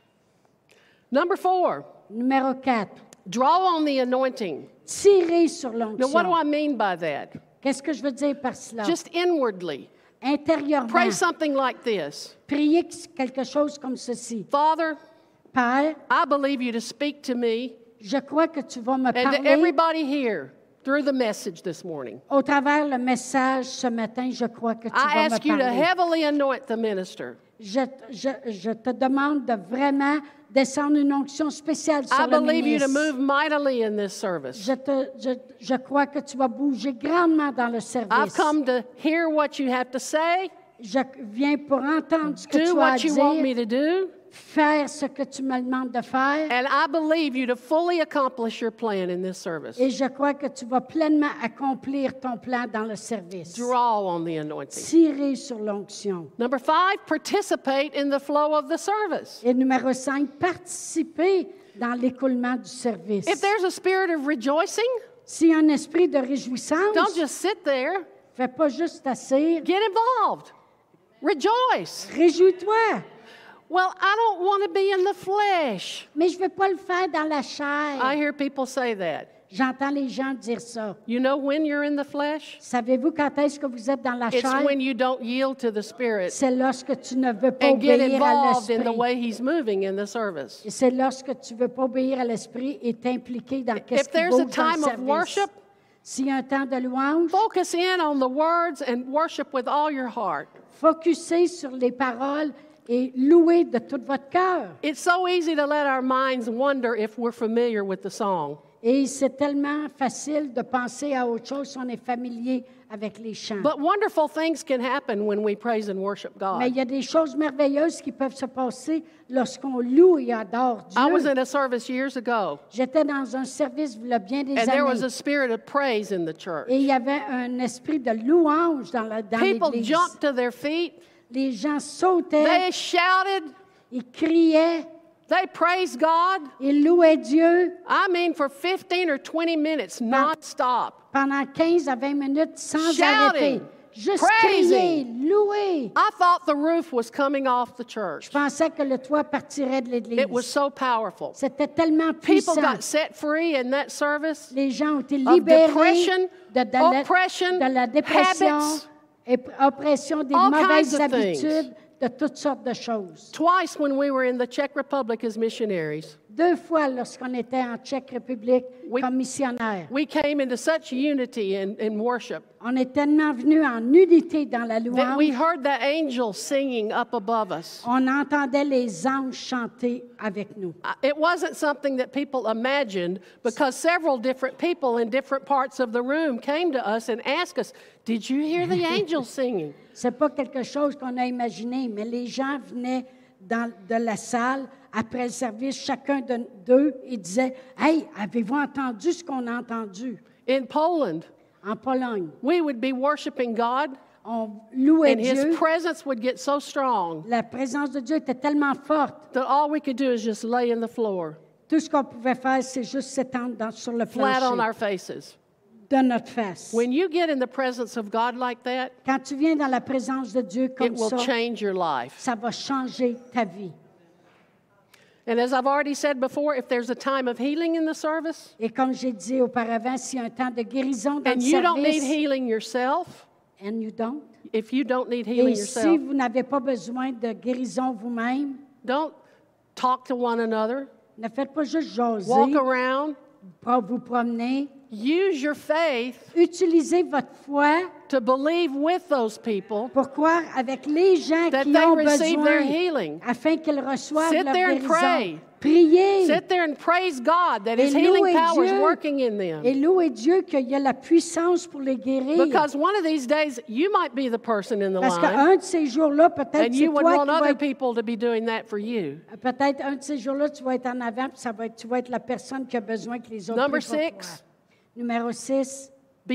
Number 4, Numéro 4, draw on the anointing. tirer sur Now, what do l'onction. I mean by that? Qu'est-ce que je veux dire par cela? Just inwardly. Intérieurement, Pray something like this. priez quelque chose comme ceci. Father, Père, I believe you to speak to me je crois que tu vas me and to parler everybody here through the message this morning. au travers le message ce matin. Je crois que tu I vas ask me you to parler. heavily anoint the minister. Je te demande de vraiment descendre une onction spéciale sur I le believe you to ministre. move mightily in this service. Je crois que tu vas bouger grandement dans le I've service. come to hear what you have to say, Je viens pour entendre ce que do tu as à what you want me dire, to do, faire ce que tu me demandes de faire. and I believe you to fully accomplish your plan in this service. Et je crois que tu vas pleinement accomplir ton plan dans le service. Draw on the anointing. Tirer sur l'onction. Number 5, participate in the flow of the service. Et numéro 5, participer dans l'écoulement du service. If there's a spirit of rejoicing, S'il y a un esprit de réjouissance, don't just sit there. fais pas juste t'asseoir. Get involved. Rejoice. Réjouis-toi. Well, I don't want to be in the flesh. Mais je ne vais pas le faire dans la chair. I hear people say that. J'entends les gens dire ça. You know when you're in the flesh? Savez-vous quand est-ce que vous êtes dans la It's chair? when you don't yield to the Spirit C'est lorsque tu ne veux pas and get obéir à involved in the l'esprit. way He's moving in the service. Et c'est lorsque tu ne veux pas obéir à l'esprit et t'impliquer dans qu'est-ce If qui there's a bouge dans le time of service. worship, S'il y a un temps de louange, focus in on the words and worship with all your heart. focussez sur les paroles et louez de tout votre cœur. It's so easy to let our minds wonder if we're familiar with the song. Et c'est tellement facile de penser à autre chose si on est familier avec les chants. But wonderful things can happen when we praise and worship Mais il God. y a des choses merveilleuses qui peuvent se passer lorsqu'on loue et adore I was Dieu. in a service years ago, J'étais dans un service il y a bien des and there was années. a spirit of praise in the church. Et il y avait un esprit de louange dans People l'Église. jumped to their feet, Les gens sautaient, they shouted, ils criaient, they praised God. ils louaient Dieu I mean, for 15 or 20 minutes, nonstop. pendant 15 à 20 minutes sans Shouting, arrêter. Juste praising. crier, louer. I thought the roof was coming off the church. Je pensais que le toit partirait de It was l'Église. so powerful. C'était tellement People puissant. got set free in that service Les gens ont été of libérés depression, de oppression, la dépression, habits, et oppression des all mauvaises kinds of things. habitudes, de toutes sortes de choses. Twice when we were in the Czech Republic as missionaries, 2 fois lorsqu'on était en Tchèque République We- comme missionnaire. we came into such unity in worship On est tellement venus en unité dans la that we louange. heard that angel singing up above us. On entendait les anges chanter avec nous. It wasn't something that people imagined because several different people in different parts of the room came to us and asked us, "Did you hear the angel singing?" C'est pas quelque chose qu'on a imaginé, mais les gens venaient de la salle après le service, chacun d'eux, et disaient, « Hey, avez-vous entendu ce qu'on a entendu In Poland, en Pologne? we would be worshiping God On louait and His Dieu. presence would get so strong La présence de Dieu était tellement forte. that all we could do is just lay in the floor, Tout ce qu'on pouvait faire, c'est juste s'étendre sur le flat on plancher our faces. de notre face. When you get in the presence of God like that, Quand tu viens dans la présence de Dieu it comme will ça, change your life. ça va changer ta vie. And as I've already said before, if there's a time of healing in the service Et comme j'ai dit auparavant, s'il y a un temps de guérison dans and le you don't need service, healing yourself, and you don't, if you don't need healing et si yourself, vous n'avez pas besoin de guérison vous-même, don't talk to one another, ne faites pas juste jaser, walk around, pas vous promener. use your faith Utilisez votre foi to believe with those people pour croire avec les gens that qui they ont receive their besoin healing. afin qu'ils reçoivent Sit leur there and guérison. pray. Priez Sit there and praise God that His et healing louez power is Dieu working in them. et louez Dieu qu'il y a la puissance pour les guérir. Because one of these days, you might be the person in the Parce line, qu'un de ces jours-là, peut-être and c'est you would toi want qui vas other être, people to be doing that for you. peut-être un de ces jours-là, tu vas être en avant, puis tu vas être la personne qui a besoin que les autres Number prient pour 6, toi. Numéro 6,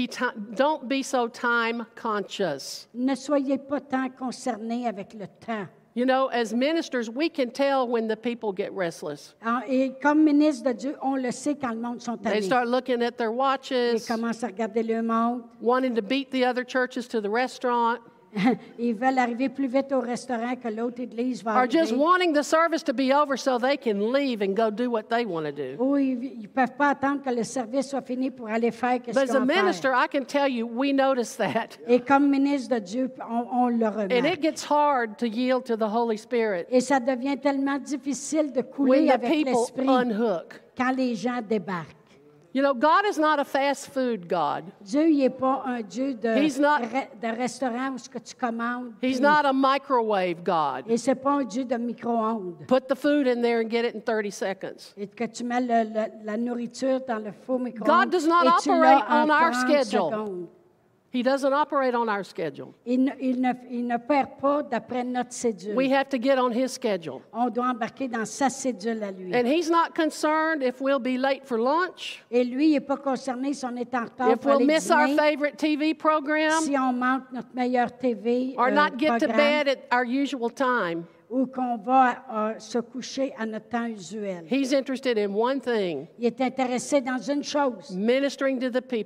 don't be so time conscious. ne soyez pas tant concernés avec le temps. You know, as ministers, we can tell when the people get restless. Et comme ministre de Dieu, on le sait quand le monde sont They allés. start looking at their Ils watches, commencent à regarder le monde. wanting to beat the other churches to the restaurant, Ils veulent arriver plus vite au restaurant que l'autre église va or just arriver. wanting the service to be over so they can leave and go do what they want to do. Ou ils ne peuvent pas attendre que le service soit fini pour aller faire ce But as qu'ils a ont à minister, faire. I can tell you, we notice that. Et comme ministre de Dieu, on le And remarque. it gets hard to yield to the Holy Spirit Et ça devient tellement difficile de when couler the avec people l'esprit unhook. quand les gens débarquent. You know, God is not a fast food God. Dieu, il n'est pas un Dieu He's not- de restaurant où ce que tu commandes. He's puis- not a microwave God. Et c'est pas un Dieu de micro-ondes. Put the food in there and get it in 30 seconds. Et que tu mets la nourriture dans le faux micro-ondes. God does not et tu operate l'as en on our 30 schedule. secondes. He doesn't operate on our schedule. Il ne perd pas d'après notre cédule. We have to get on His schedule. On doit embarquer dans sa cédule à lui. And He's not concerned if we'll be late for lunch, Et lui, il n'est pas concerné si on est en retard if pour we'll aller miss our dîner, favorite TV program, si on manque notre meilleure TV or not get to programme, bed at our usual time. ou qu'on va se coucher à notre temps usuel. He's interested in one thing, Il est intéressé dans une chose, ministering to the people,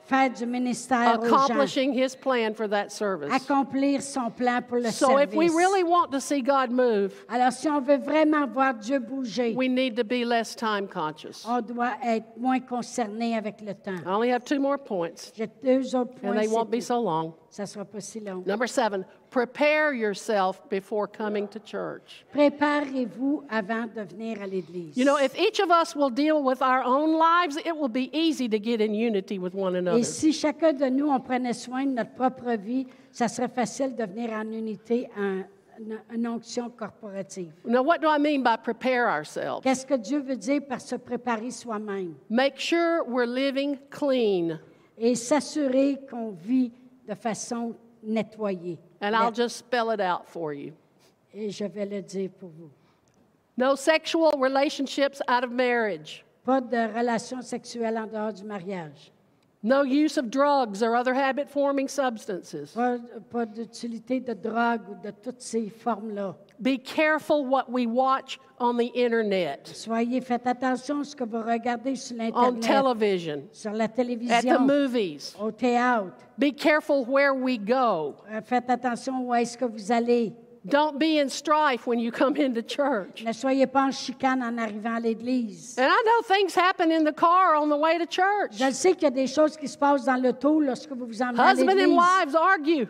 faire du ministère aux gens, accomplishing His plan for that service. accomplir son plan pour le So if we service. really want to see God move, Alors, si on veut vraiment voir Dieu bouger, we need to be less time conscious. on doit être moins concerné avec le temps. I only have 2 more points, J'ai 2 autres and points, they c'est won't be tout. so long. Ça ne sera pas si long. Number 7, prepare yourself before coming to church. Préparez-vous avant de venir à l'Église. You know, if each of us will deal with our own lives, it will be easy to get in unity with one another. Et si chacun de nous, on prenait soin de notre propre vie, ça serait facile de venir en unité, en onction corporative. Now, what do I mean by prepare ourselves? Qu'est-ce que Dieu veut dire par se préparer soi-même? Make sure we're living clean. Et s'assurer qu'on vit de façon nettoyée. And I'll just spell it out for you. Et je vais le dire pour vous. No sexual relationships out of marriage. Pas de relations sexuelles en dehors du mariage. No use of drugs or other habit-forming substances. Pas d'utilité de drogue ou de toutes ces formes-là. Be careful what we watch on the internet, Faites attention à ce que vous regardez sur on l'Internet, television, sur la at the télévision, movies. au théâtre. Be careful where we go. Faites attention où est-ce que vous allez. Don't be in strife when you come into church. Ne soyez pas en chicane en arrivant à l'Église. And I know things happen in the car on the way to church. Je sais qu'il y a des choses qui se passent dans l'auto lorsque vous vous emmenez à Husband and l'Église. wives argue.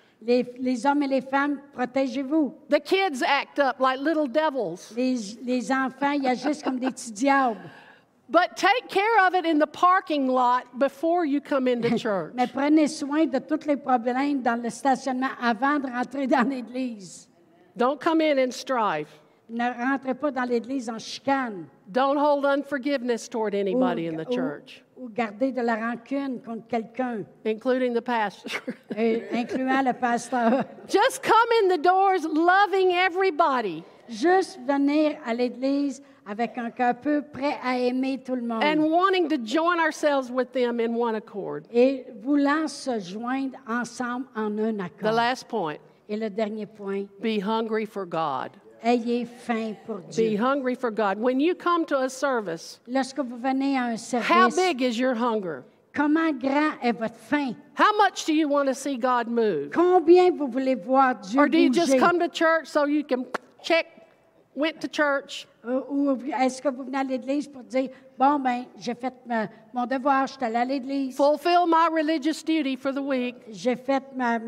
Les hommes et les femmes, protégez-vous. The kids act up like little devils. Les enfants, ils agissent comme des petits diables. But take care of it in the parking lot before you come into church. Mais prenez soin de tous les problèmes dans le stationnement avant de rentrer dans l'Église. Don't come in strife. Ne rentrez pas dans l'Église en chicane. Don't hold unforgiveness toward anybody in the church, Ou garder de la rancune contre quelqu'un, including the pastor. incluant le pasteur. Just come in the doors loving everybody Juste venir à l'Église avec un cœur peu prêt à aimer tout le monde. and wanting to join ourselves with them in one accord. Et voulant se joindre ensemble en un The accord. last point, Et le dernier point, be hungry for God. ayez faim pour Be Dieu. hungry for God. When you come to a service, Lorsque vous venez à un how service, big is your hunger? comment grand est votre faim? How much do you want to see God move? Combien vous voulez voir Dieu Or do you just bouger? come to church so you can check, went to church? Ou est-ce que vous venez à l'Église pour dire, bon, ben, j'ai fait mon devoir, je suis allé à l'Église, Fulfill my religious duty for the week. j'ai fait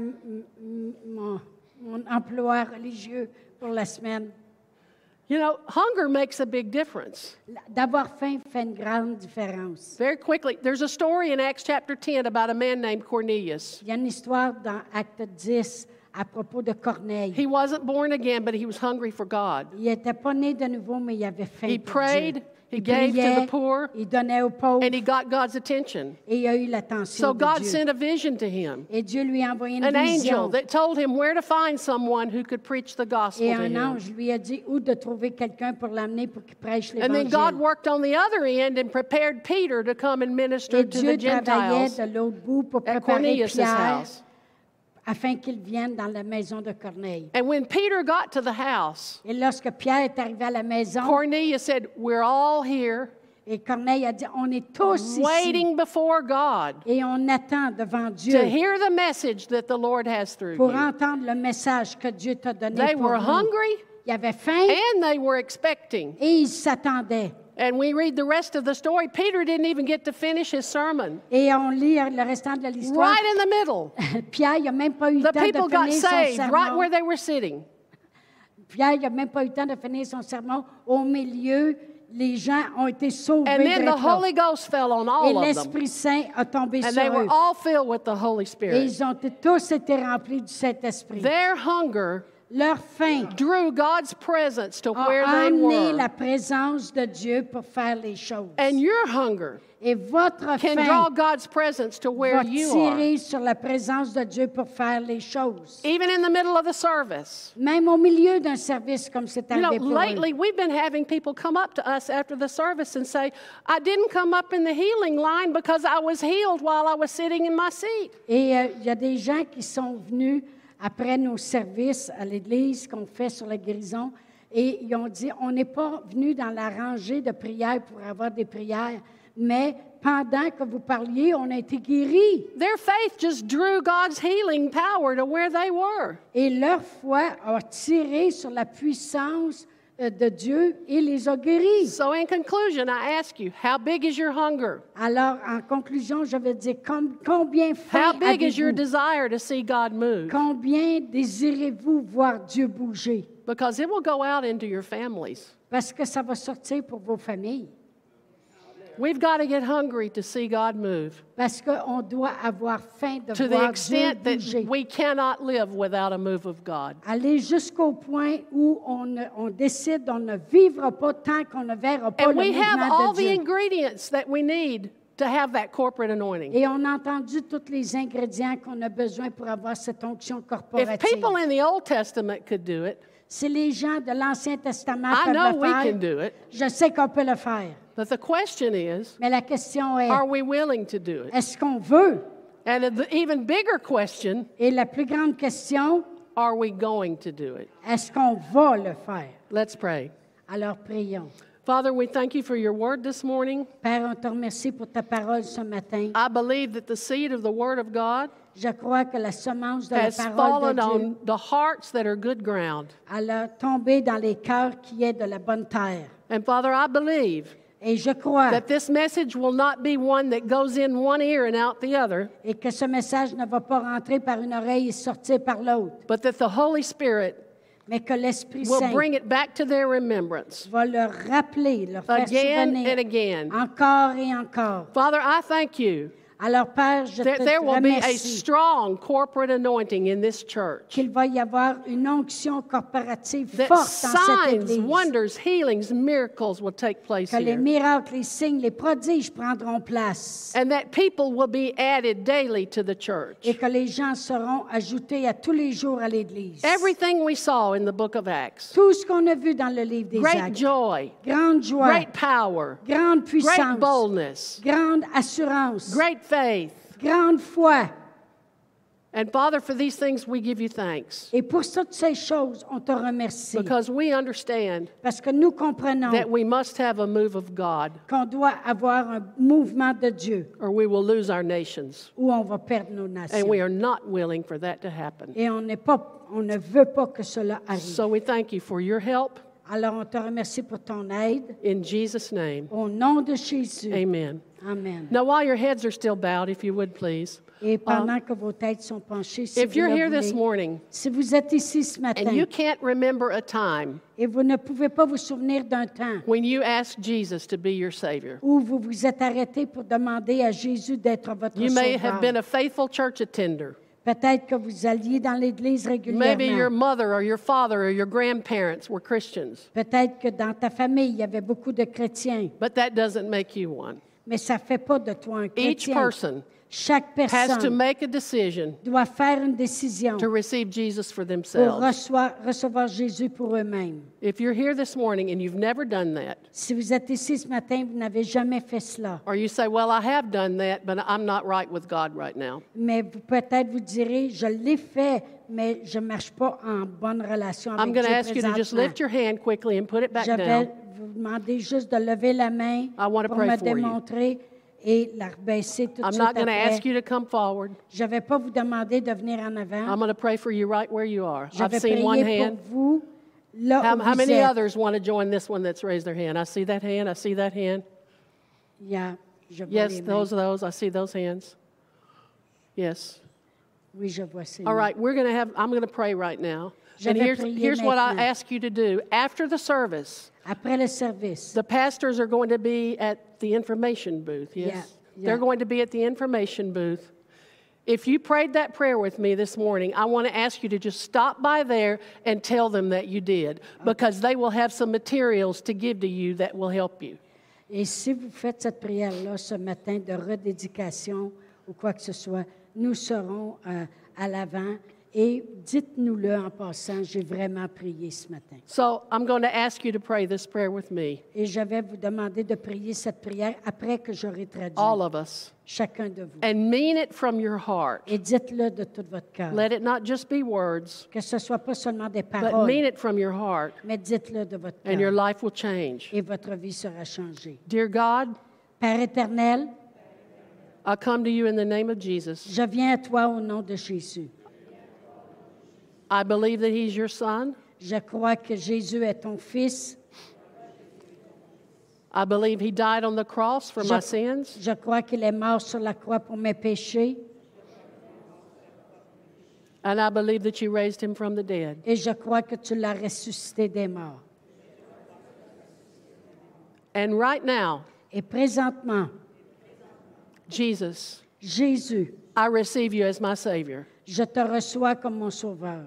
mon emploi religieux pour la semaine. You know, hunger makes a big difference. D'avoir faim fait une grande différence. Very quickly, there's a story in Acts chapter 10 about a man named Cornelius. Il y a une histoire dans Acte 10 à propos de Corneille. He wasn't born again, but he was hungry for God. Il n'était pas né de nouveau, mais il avait faim He pour Dieu. prayed, he Il gave to priait, the poor, il donnait aux pauvres, and he got God's attention. et il a eu l'attention So de God Dieu. sent a vision to him, Et Dieu lui a envoyé une an vision. angel that told him where to find someone who could preach the gospel Et to un him. ange lui a dit où de trouver quelqu'un pour l'amener pour qu'il prêche And then God l'Évangile. worked on the other end and prepared Peter to come and minister Et to Dieu the travaillait Gentiles de l'autre bout pour at préparer Cornelius' Pierre house. afin qu'il vienne dans la maison de Corneille. And when Peter got to the house, Et lorsque Pierre est arrivé à la maison, Cornelius said, "We're all here et Corneille a dit, on est tous ici waiting before God et on attend devant to Dieu hear the message that the Lord has through pour you." entendre le message que Dieu t'a donné They pour were nous. hungry Il avait faim and they were expecting. et ils s'attendaient. And we read the rest of the story. Peter didn't even get to finish his sermon. Et on lit le restant de l'histoire. Right in the middle, Pierre, il n'a même pas eu le the temps de people got finir son saved right sermon. where they were sitting. Pierre, il n'a même pas eu le temps de finir son sermon. Au milieu, les gens ont été sauvés And then de the là. Holy Ghost fell on Et all of them. l'Esprit Saint a tombé And sur they were eux. all filled with the Holy Et Spirit. ils ont tous été remplis du Saint-Esprit. Their hunger Leur faim drew God's presence to where a they amené were. la présence de Dieu pour faire les choses. And your hunger Et votre can faim draw God's presence to where va you are. tirer sur la présence de Dieu pour faire les choses. Even in the middle of the service. Même au milieu d'un service comme c'est You know, arrivé pour lately eux. we've been having people come up to us after the service and say, "I didn't come up in the healing line because I was healed while I was sitting in my seat." Et il y a des gens qui sont venus après nos services à l'Église qu'on fait sur la guérison et ils ont dit, on n'est pas venu dans la rangée de prières pour avoir des prières, mais pendant que vous parliez, on a été guéris. Their faith just drew God's healing power to where they were. Et leur foi a tiré sur la puissance de Dieu et les a guéris. So in conclusion, I ask you, how big is your hunger? Alors, en conclusion, je vais dire combien How faim big is your avez-vous? desire to see God move? Combien désirez-vous voir Dieu bouger? Because it will go out into your families. Parce que ça va sortir pour vos familles. We've got to get hungry to see God move Parce qu'on doit avoir faim de to the voir Dieu extent that bouger. we cannot live without a move of God. Aller jusqu'au point où on décide on ne vivra pas tant qu'on ne verra pas And le we have mouvement all de the Dieu. ingredients that we need to have that corporate anointing. Et on a entendu tous les ingrédients qu'on a besoin pour avoir cette onction If corporative. people in the Old Testament could do it, Si les gens de l'Ancien Testament I peuvent know le we faire, can do it. je sais qu'on peut le faire. But the question is, Mais la question est, are we willing to do it? est-ce qu'on veut? And the even bigger question, Et la plus grande question, are we going to do it? est-ce qu'on va le faire? Let's pray. Alors prions. Father, we thank you for your word this morning. Père, on te remercie pour ta parole ce matin. I believe that the seed of the word of God Je crois que la semence de la has parole de fallen Dieu, on the hearts that are good ground. elle a tombé dans les cœurs qui est de la bonne terre. And Father, I believe Et je crois that this message will not be one that goes in one ear and out the other, et que ce message ne va pas rentrer par une oreille et sortir par l'autre, but that the Holy Spirit mais que l'Esprit will Saint bring it back to their remembrance va leur rappeler, leur faire again souvenir and again. encore et encore. Father, I thank you Alors, Père, je that te there will be a remercie strong corporate anointing in this church. qu'il va y avoir une onction corporative That forte dans cette signs, Église. wonders, healings, miracles will take place Que les here. miracles, les signes, les prodiges prendront place. And that people will be added daily to the church. Et que les gens seront ajoutés à tous les jours à l'Église. Everything we saw in the book of Acts, Tout ce qu'on a vu dans le livre des great Actes. joy, Grande joie, great power, grande great puissance, boldness, grande assurance, great faith. grande foi. And Father, for these things we give you thanks Et pour toutes ces choses, on te remercie. because we understand Parce que nous comprenons that we must have a move of God qu'on doit avoir un mouvement de Dieu or we will lose our nations. où on va perdre nos nations. And we are not willing for that to happen. Et on ne veut pas que cela arrive. So we thank you for your help Alors, on te remercie pour ton aide. in Jesus' name. Au nom de Jésus. Amen. Amen. Now, while your heads are still bowed, if you would please, Et pendant que vos têtes sont penchées, si if vous you're le here this voulez, morning si vous êtes ici ce matin and you can't remember a time et vous ne pouvez pas vous souvenir d'un temps when you asked Jesus to be your Savior, où vous vous êtes arrêté pour demander à Jésus d'être votre you may have been sauveur. a faithful church attender. Peut-être que vous alliez dans l'Église Maybe your régulièrement. mother or your father or your grandparents were Christians, Peut-être que dans ta famille, il y avait beaucoup de chrétiens. but that doesn't make you one. Mais ça ne fait pas de toi un Each chrétien. person Chaque has to personne make a decision doit faire une décision to receive Jesus for pour themselves. recevoir Jésus pour eux-mêmes. If you're here this morning and you've never done that, Si vous êtes ici ce matin, vous n'avez jamais fait cela. or you say, well, I have done that, but I'm not right with God right now. Mais peut-être vous direz, je l'ai fait, mais je ne marche pas en bonne relation I'm avec going Dieu to ask you to just présentement. lift your hand quickly and put it back Je vais down. vous demander juste de lever la main I want to pour pray me for you. démontrer et la rebaisser tout de I'm suite not going to après. ask you to come forward. Je ne vais pas vous demander de venir en avant. I'm going to pray for you right where you are. Je I've vais seen one prier hand. pour vous là How où vous many êtes. others want to join this one that's raised their hand? I see that hand. I see that hand. Je vois Yes, les mains. those. I see those hands. Yes. Oui, je vois ces All mains. right, I'm going to pray right now. Je And vais here's, prier here's what I maintenant. ask you to do. After the service, Après le service, the pastors are going to be at the information booth, yes? Yeah, They're yeah. going to be at the information booth. If you prayed that prayer with me this morning, I want to ask you to just stop by there and tell them that you did, because they will have some materials to give to you that will help you. et si vous faites cette prière-là ce matin de redédication ou quoi que ce soit, nous serons à l'avant et dites-nous-le en passant, j'ai vraiment prié ce matin. So I'm going to ask you to pray this prayer with me, Et je vais vous demander de prier cette prière après que j'aurai traduit all of us, chacun de vous. and mean it from your heart. Et dites-le de tout votre cœur. Let it not just be words, Que ce ne soit pas seulement des but paroles, mean it from your heart, mais dites-le de votre and your cœur. life will change. Et votre vie sera changée. Dear God, Père éternel, I come to you in the name of Jesus. je viens à toi au nom de Jésus. I believe that he's your son. Je crois que Jésus est ton Fils. I believe he died on the cross for my sins. Je crois qu'il est mort sur la croix pour mes péchés. And I believe that you raised him from the dead. Et je crois que tu l'as ressuscité des morts. And right now, Et présentement, Jesus, Jésus, I receive you as my Savior. je te reçois comme mon Sauveur.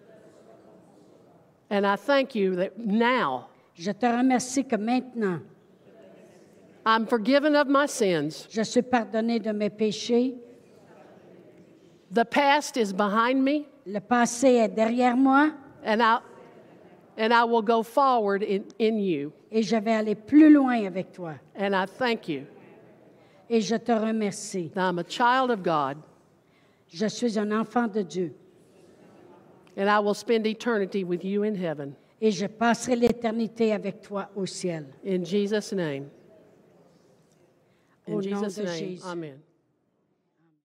And I thank you that now Je te remercie que maintenant, I'm forgiven of my sins. je suis pardonné de mes péchés. The past is behind me, Le passé est derrière moi and I will go forward in you. et je vais aller plus loin avec toi. And I thank you Et je te remercie. that I'm a child of God, Je suis un enfant de Dieu and I will spend eternity with you in heaven. et je passerai l'éternité avec toi au ciel. In Jesus' name. Au In nom Jesus' de name, Jésus. amen.